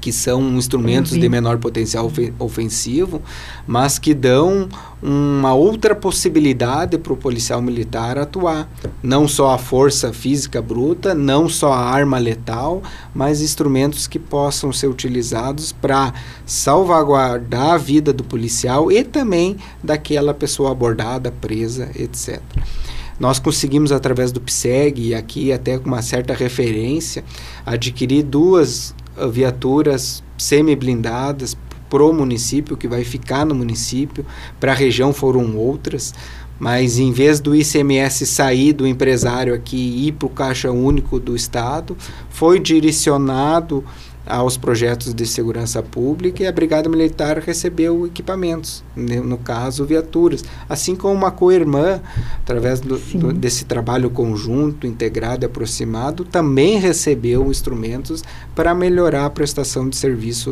que são instrumentos de menor potencial ofensivo, mas que dão uma outra possibilidade para o policial militar atuar. Não só a força física bruta, não só a arma letal, mas instrumentos que possam ser utilizados para salvaguardar a vida do policial e também daquela pessoa abordada, presa, etcétera. Nós conseguimos, através do P S E G, e aqui até com uma certa referência, adquirir duas viaturas semi-blindadas para o município, que vai ficar no município. Para a região foram outras, mas em vez do I C M S sair do empresário aqui e ir para o Caixa Único do Estado, foi direcionado aos projetos de segurança pública e a Brigada Militar recebeu equipamentos, no caso viaturas, assim como uma co-irmã, através do, do, desse trabalho conjunto, integrado e aproximado, também recebeu instrumentos para melhorar a prestação de serviço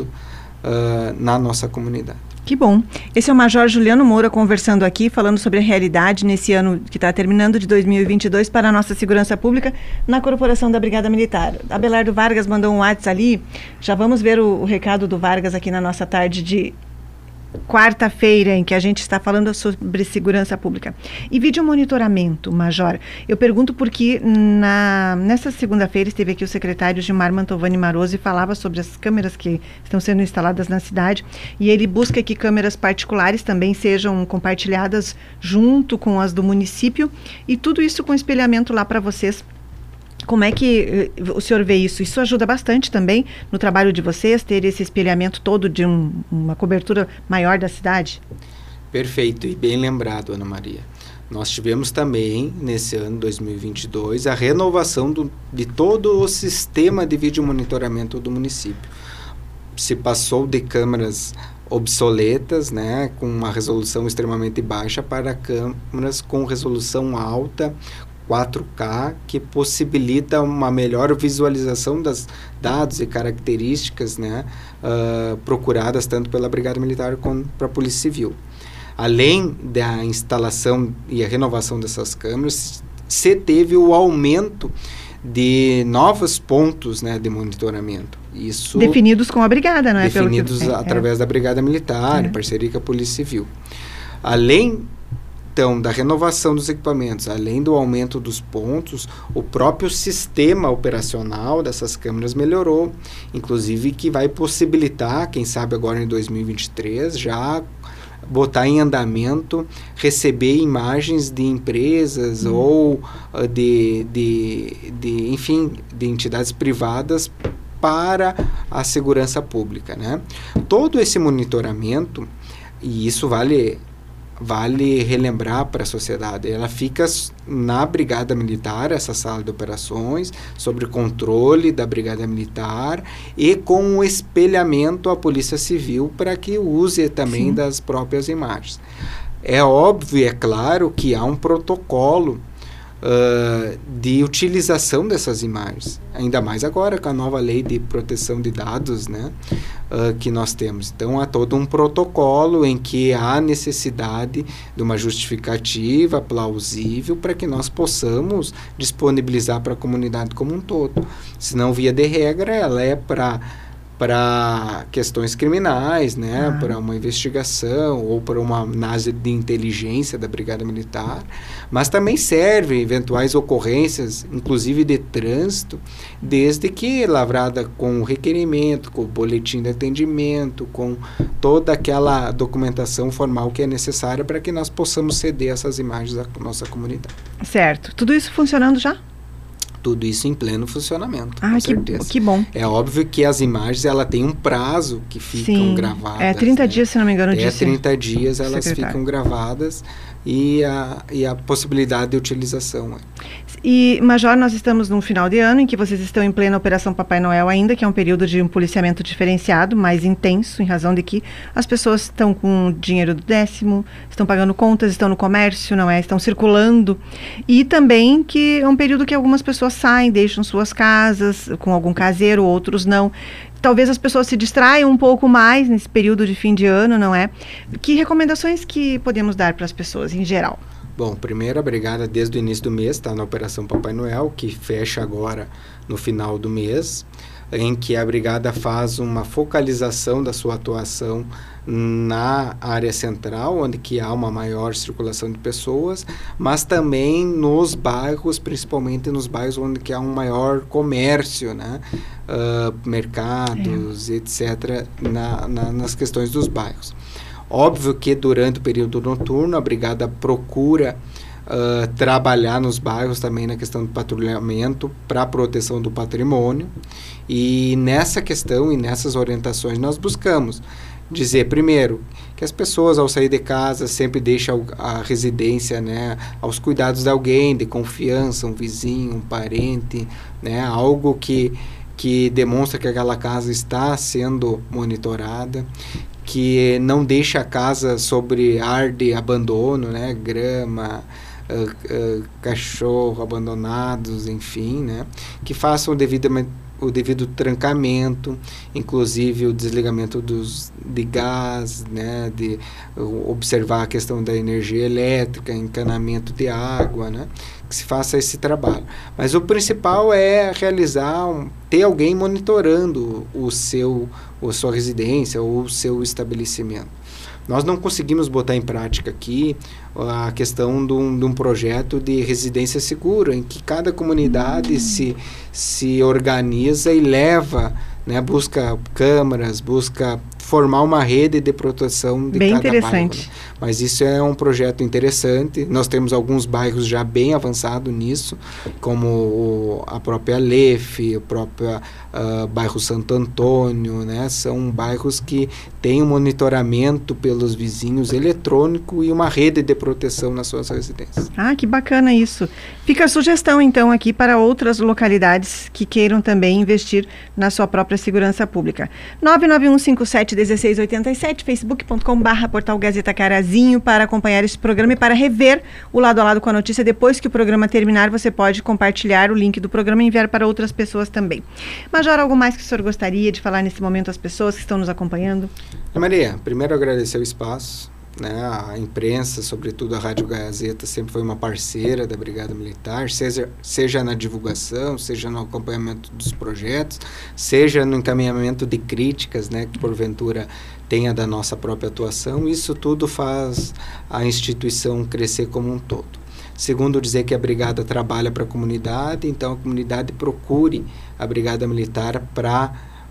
uh, na nossa comunidade. Que bom. Esse é o Major Juliano Moura conversando aqui, falando sobre a realidade nesse ano que está terminando, de dois mil e vinte e dois, para a nossa segurança pública na Corporação da Brigada Militar. Abelardo Vargas mandou um WhatsApp ali, já vamos ver o, o recado do Vargas aqui na nossa tarde de quarta-feira, em que a gente está falando sobre segurança pública. E vídeo monitoramento, Major. Eu pergunto porque na, nessa segunda-feira esteve aqui o secretário Gilmar Mantovani Maroso e falava sobre as câmeras que estão sendo instaladas na cidade, e ele busca que câmeras particulares também sejam compartilhadas junto com as do município, e tudo isso com espelhamento lá para vocês. Como é que uh, o senhor vê isso? Isso ajuda bastante também no trabalho de vocês, ter esse espelhamento todo de um, uma cobertura maior da cidade? Perfeito, e bem lembrado, Ana Maria. Nós tivemos também, nesse ano dois mil e vinte e dois, a renovação do, de todo o sistema de vídeo monitoramento do município. Se passou de câmeras obsoletas, né, com uma resolução extremamente baixa, para câmeras com resolução alta, quatro K, que possibilita uma melhor visualização das dados e características, né, uh, procuradas tanto pela Brigada Militar como para a Polícia Civil. Além da instalação e a renovação dessas câmeras, se teve o aumento de novos pontos, né, de monitoramento. Isso definidos com a Brigada, não é? Definidos Pelo que... é, através é. da Brigada Militar, é. em parceria com a Polícia Civil. Além Então, da renovação dos equipamentos, além do aumento dos pontos, o próprio sistema operacional dessas câmeras melhorou, inclusive que vai possibilitar, quem sabe agora em dois mil e vinte e três, já botar em andamento, receber imagens de empresas hum. ou uh, de, de, de, enfim, de entidades privadas para a segurança pública, né? Todo esse monitoramento, e isso vale... Vale relembrar para a sociedade, ela fica na Brigada Militar, essa sala de operações, sobre controle da Brigada Militar e com o espelhamento à Polícia Civil para que use também Sim. das próprias imagens. É óbvio, é claro que há um protocolo Uh, de utilização dessas imagens, ainda mais agora com a nova lei de proteção de dados, né, uh, que nós temos. Então há todo um protocolo em que há necessidade de uma justificativa plausível para que nós possamos disponibilizar para a comunidade como um todo. Senão, via de regra, ela é para para questões criminais, né, ah. para uma investigação ou para uma análise de inteligência da Brigada Militar, mas também serve eventuais ocorrências, inclusive de trânsito, desde que lavrada com o requerimento, com o boletim de atendimento, com toda aquela documentação formal que é necessária para que nós possamos ceder essas imagens à nossa comunidade. Certo. Tudo isso funcionando já? Tudo isso em pleno funcionamento, ah, com que, certeza. Que bom. É óbvio que as imagens, ela tem um prazo que ficam Sim. gravadas. É trinta né? dias, se não me engano, É disse trinta dias elas secretário. ficam gravadas e a, e a possibilidade de utilização. E, Major, nós estamos num final de ano em que vocês estão em plena Operação Papai Noel ainda, que é um período de um policiamento diferenciado, mais intenso, em razão de que as pessoas estão com o dinheiro do décimo, estão pagando contas, estão no comércio, não é? Estão circulando. E também que é um período que algumas pessoas saem, deixam suas casas, com algum caseiro, outros não. Talvez as pessoas se distraiam um pouco mais nesse período de fim de ano, não é? Que recomendações que podemos dar para as pessoas em geral? Bom, primeiro a Brigada desde o início do mês está na Operação Papai Noel, que fecha agora no final do mês. em que a brigada faz uma focalização da sua atuação na área central, onde que há uma maior circulação de pessoas, mas também nos bairros, principalmente nos bairros onde que há um maior comércio, né? Uh, mercados, é. etcétera, na, na, nas questões dos bairros. Óbvio que durante o período noturno a brigada procura uh, trabalhar nos bairros também na questão do patrulhamento para a proteção do patrimônio, e nessa questão e nessas orientações nós buscamos dizer, primeiro, que as pessoas ao sair de casa sempre deixam a residência, né, aos cuidados de alguém, de confiança, um vizinho, um parente, né, algo que, que demonstra que aquela casa está sendo monitorada, que não deixa a casa sobre ar de abandono, né, grama, uh, uh, cachorro abandonados, enfim, né, que façam devidamente o devido trancamento, inclusive o desligamento dos, de gás, né, de uh, observar a questão da energia elétrica, encanamento de água, né, que se faça esse trabalho. Mas o principal é realizar, um, ter alguém monitorando o seu, a sua residência ou o seu estabelecimento. Nós não conseguimos botar em prática aqui a questão de um, de um projeto de residência segura, em que cada comunidade uhum. se, se organiza e leva, né, busca câmaras, busca formar uma rede de proteção de bem cada interessante. bairro. Né? Mas isso é um projeto interessante. Nós temos alguns bairros já bem avançados nisso, como o, a própria Lefe, o próprio uh, bairro Santo Antônio, né? São bairros que têm um monitoramento pelos vizinhos eletrônico e uma rede de proteção nas suas residências. Ah, que bacana isso. Fica a sugestão, então, aqui para outras localidades que queiram também investir na sua própria segurança pública. nove nove um cinco sete um seis oito sete, facebook ponto com barra portal Gazeta Carazinho, para acompanhar esse programa e para rever o lado a lado com a notícia. Depois que o programa terminar, você pode compartilhar o link do programa e enviar para outras pessoas também. Major, algo mais que o senhor gostaria de falar nesse momento às pessoas que estão nos acompanhando? Maria, primeiro agradecer o espaço, né? A imprensa, sobretudo a Rádio Gazeta, sempre foi uma parceira da Brigada Militar, seja, seja na divulgação, seja no acompanhamento dos projetos, seja no encaminhamento de críticas, né, que porventura tenha da nossa própria atuação. Isso tudo faz a instituição crescer como um todo. Segundo, dizer que a Brigada trabalha para a comunidade, então a comunidade procure a Brigada Militar para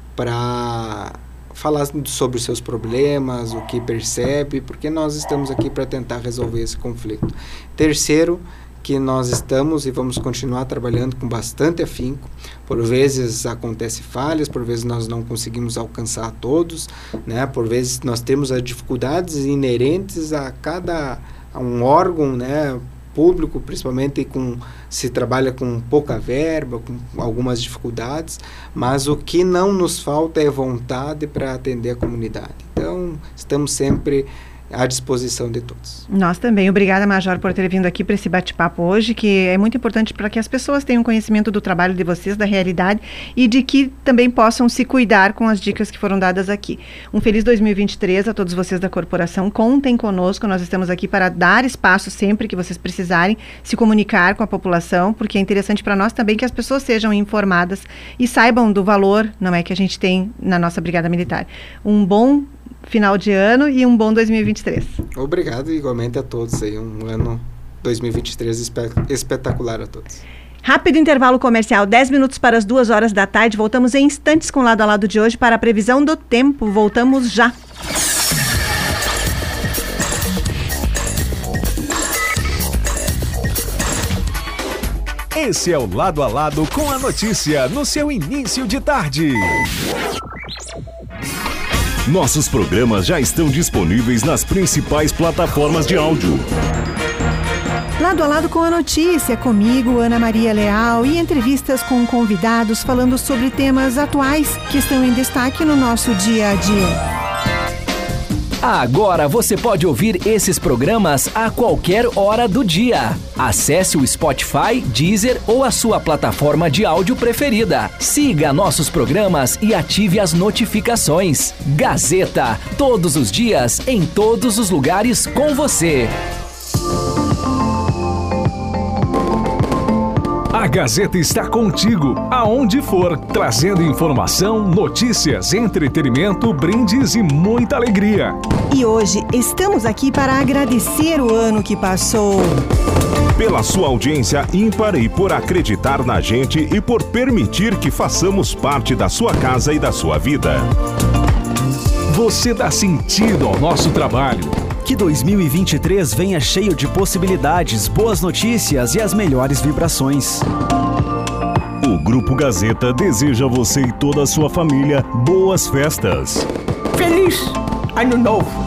para falar sobre os seus problemas, o que percebe, porque nós estamos aqui para tentar resolver esse conflito. Terceiro, que nós estamos e vamos continuar trabalhando com bastante afinco. Por vezes acontecem falhas, por vezes nós não conseguimos alcançar todos, né? Por vezes nós temos as dificuldades inerentes a cada a um órgão, né, público, principalmente com, se trabalha com pouca verba, com algumas dificuldades, mas o que não nos falta é vontade para atender a comunidade. Então, estamos sempre à disposição de todos. Nós também. Obrigada, Major, por ter vindo aqui para esse bate-papo hoje, que é muito importante para que as pessoas tenham conhecimento do trabalho de vocês, da realidade, e de que também possam se cuidar com as dicas que foram dadas aqui. Um feliz dois mil e vinte e três a todos vocês da corporação. Contem conosco, nós estamos aqui para dar espaço sempre que vocês precisarem, se comunicar com a população, porque é interessante para nós também que as pessoas sejam informadas e saibam do valor, não é, que a gente tem na nossa Brigada Militar. Um bom final de ano e um bom dois mil e vinte e três. Obrigado igualmente a todos aí, um ano dois mil e vinte e três espe- espetacular a todos. Rápido intervalo comercial, dez minutos para as duas horas da tarde. Voltamos em instantes com o Lado a Lado de hoje para a previsão do tempo. Voltamos já. Esse é o Lado a Lado com a notícia no seu início de tarde. Nossos programas já estão disponíveis nas principais plataformas de áudio. Lado a Lado com a notícia, comigo, Ana Maria Leal, e entrevistas com convidados falando sobre temas atuais que estão em destaque no nosso dia a dia. Agora você pode ouvir esses programas a qualquer hora do dia. Acesse o Spotify, Deezer ou a sua plataforma de áudio preferida. Siga nossos programas e ative as notificações. Gazeta, todos os dias, em todos os lugares com você. A Gazeta está contigo, aonde for, trazendo informação, notícias, entretenimento, brindes e muita alegria. E hoje estamos aqui para agradecer o ano que passou. Pela sua audiência ímpar e por acreditar na gente e por permitir que façamos parte da sua casa e da sua vida. Você dá sentido ao nosso trabalho. Que dois mil e vinte e três venha cheio de possibilidades, boas notícias e as melhores vibrações. O Grupo Gazeta deseja a você e toda a sua família boas festas. Feliz Ano Novo!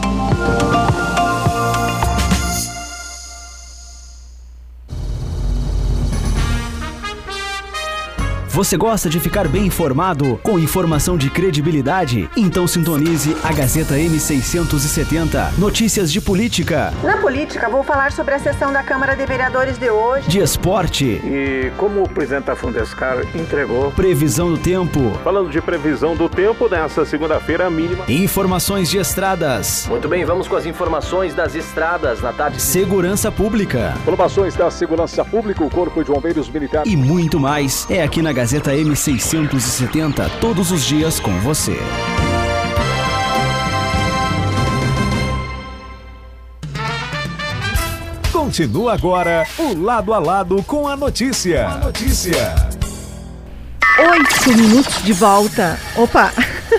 Você gosta de ficar bem informado, com informação de credibilidade? Então sintonize a Gazeta M seiscentos e setenta, notícias de política. Na política, vou falar sobre a sessão da Câmara de Vereadores de hoje. De esporte. E como o presidente da Fundescar entregou. Previsão do tempo. Falando de previsão do tempo, nessa segunda-feira mínima. Informações de estradas. Muito bem, vamos com as informações das estradas na tarde. Segurança pública. Informações da Segurança Pública, o Corpo de Bombeiros Militares. E muito mais. É aqui na Gazeta Gazeta M seiscentos e setenta, todos os dias com você. Continua agora o Lado a Lado com a notícia. A notícia. Oito minutos de volta. Opa!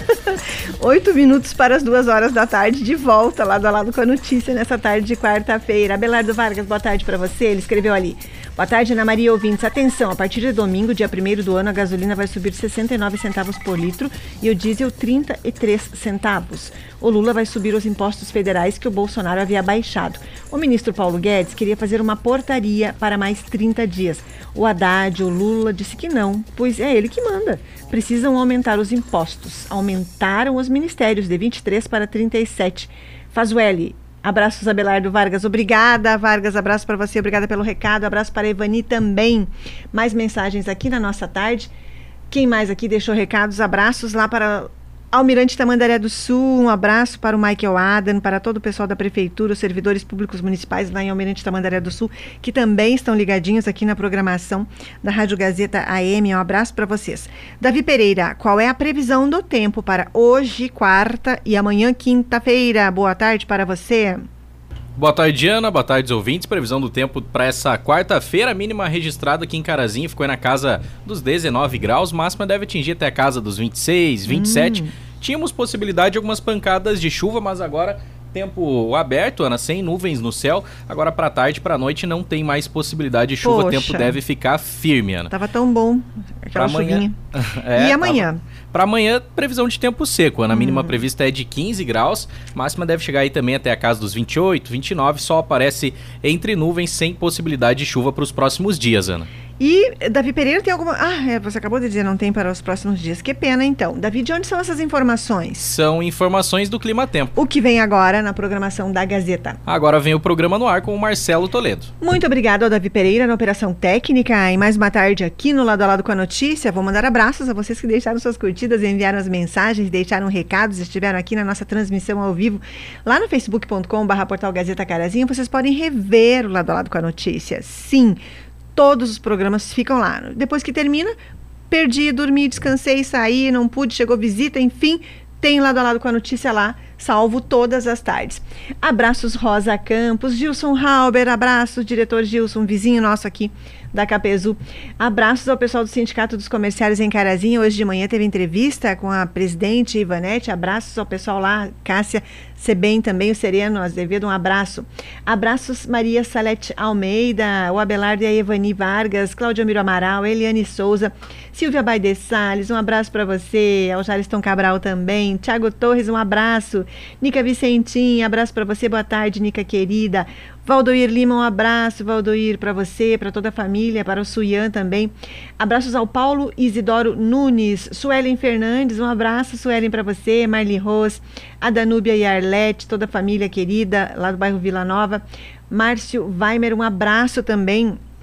Oito minutos para as duas horas da tarde, de volta, lado a lado com a notícia, nessa tarde de quarta-feira. Abelardo Vargas, boa tarde para você. Ele escreveu ali. Boa tarde, Ana Maria ouvintes. Atenção, a partir de domingo, dia primeiro do ano, a gasolina vai subir sessenta e nove centavos por litro e o diesel trinta e três centavos. O Lula vai subir os impostos federais que o Bolsonaro havia baixado. O ministro Paulo Guedes queria fazer uma portaria para mais trinta dias. O Haddad, o Lula, disse que não, pois é ele que manda. Precisam aumentar os impostos. Aumentaram os ministérios de vinte e três para trinta e sete. Fazueli. Abraços, Abelardo Vargas. Obrigada, Vargas. Abraço para você. Obrigada pelo recado. Abraço para a Evani também. Mais mensagens aqui na nossa tarde. Quem mais aqui deixou recados? Abraços lá para Almirante Tamandaré do Sul. Um abraço para o Michael Adam, para todo o pessoal da Prefeitura, os servidores públicos municipais lá em Almirante Tamandaré do Sul, que também estão ligadinhos aqui na programação da Rádio Gazeta A M. Um abraço para vocês. Davi Pereira, qual é a previsão do tempo para hoje, quarta, e amanhã, quinta-feira? Boa tarde para você. Boa tarde, Ana. Boa tarde, ouvintes. Previsão do tempo para essa quarta-feira, mínima registrada aqui em Carazinho ficou na casa dos dezenove graus, máxima deve atingir até a casa dos vinte e seis, vinte e sete. Hum. Tínhamos possibilidade de algumas pancadas de chuva, mas agora tempo aberto, Ana, sem nuvens no céu. Agora para tarde, para noite não tem mais possibilidade de chuva. Poxa. O tempo deve ficar firme, Ana. Tava tão bom aquela pra chuvinha. Amanhã... é, e amanhã? Para amanhã, previsão de tempo seco. Ana, a mínima hum. prevista é de quinze graus, máxima deve chegar aí também até a casa dos vinte e oito, vinte e nove. Sol aparece entre nuvens sem possibilidade de chuva para os próximos dias, Ana. E Davi Pereira tem alguma... Ah, é, você acabou de dizer, não tem para os próximos dias. Que pena, então. Davi, de onde são essas informações? São informações do Clima Tempo. O que vem agora na programação da Gazeta? Agora vem o programa no ar com o Marcelo Toledo. Muito obrigado ao Davi Pereira na Operação Técnica. E mais uma tarde aqui no Lado a Lado com a Notícia. Vou mandar abraços a vocês que deixaram suas curtidas, enviaram as mensagens, deixaram recados, estiveram aqui na nossa transmissão ao vivo, lá no facebook ponto com barra portal Gazeta Carazinho. Vocês podem rever o Lado a Lado com a Notícia. Sim, todos os programas ficam lá. Depois que termina, perdi, dormi, descansei, saí, não pude, chegou visita, enfim, tem Lado a Lado com a Notícia lá, salvo todas as tardes. Abraços Rosa Campos, Gilson Halber, abraços, diretor Gilson, vizinho nosso aqui da Capezu. Abraços ao pessoal do Sindicato dos Comerciários em Carazinho. Hoje de manhã teve entrevista com a presidente Ivanete. Abraços ao pessoal lá, Cássia Sebem também, o Sereno Azevedo, um abraço. Abraços Maria Salete Almeida, o Abelardo e a Evani Vargas, Cláudia Miro Amaral, Eliane Souza, Silvia Baide Salles, um abraço para você, ao Jariston Cabral também, Tiago Torres, um abraço, Nica Vicentim, abraço para você, boa tarde, Nica querida. Valdoir Lima, um abraço, Valdoir, para você, para toda a família, para o Suian também. Abraços ao Paulo Isidoro Nunes, Suelen Fernandes, um abraço, Suelen, para você, Marli Ros, a Danúbia e a Arlete, toda a família querida lá do bairro Vila Nova. Márcio Weimer, um abraço também.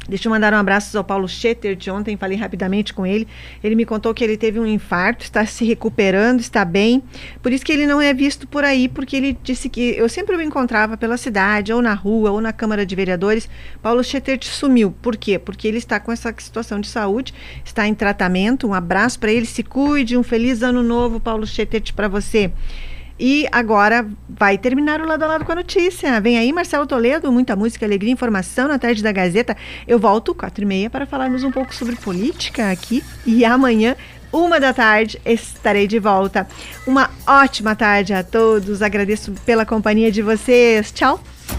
Deixa eu mandar um abraço ao Paulo Schetter, de ontem falei rapidamente com ele. Ele me contou que ele teve um infarto, está se recuperando, está bem. Por isso que ele não é visto por aí, porque ele disse que eu sempre o encontrava pela cidade, ou na rua, ou na Câmara de Vereadores. Paulo Schetter sumiu. Por quê? Porque ele está com essa situação de saúde, está em tratamento. Um abraço para ele, se cuide, um feliz ano novo, Paulo Schetter, para você. E agora vai terminar o Lado a Lado com a notícia. Vem aí Marcelo Toledo, muita música, alegria, informação na tarde da Gazeta. Eu volto quatro e meia para falarmos um pouco sobre política aqui. E amanhã, uma da tarde, estarei de volta. Uma ótima tarde a todos. Agradeço pela companhia de vocês. Tchau.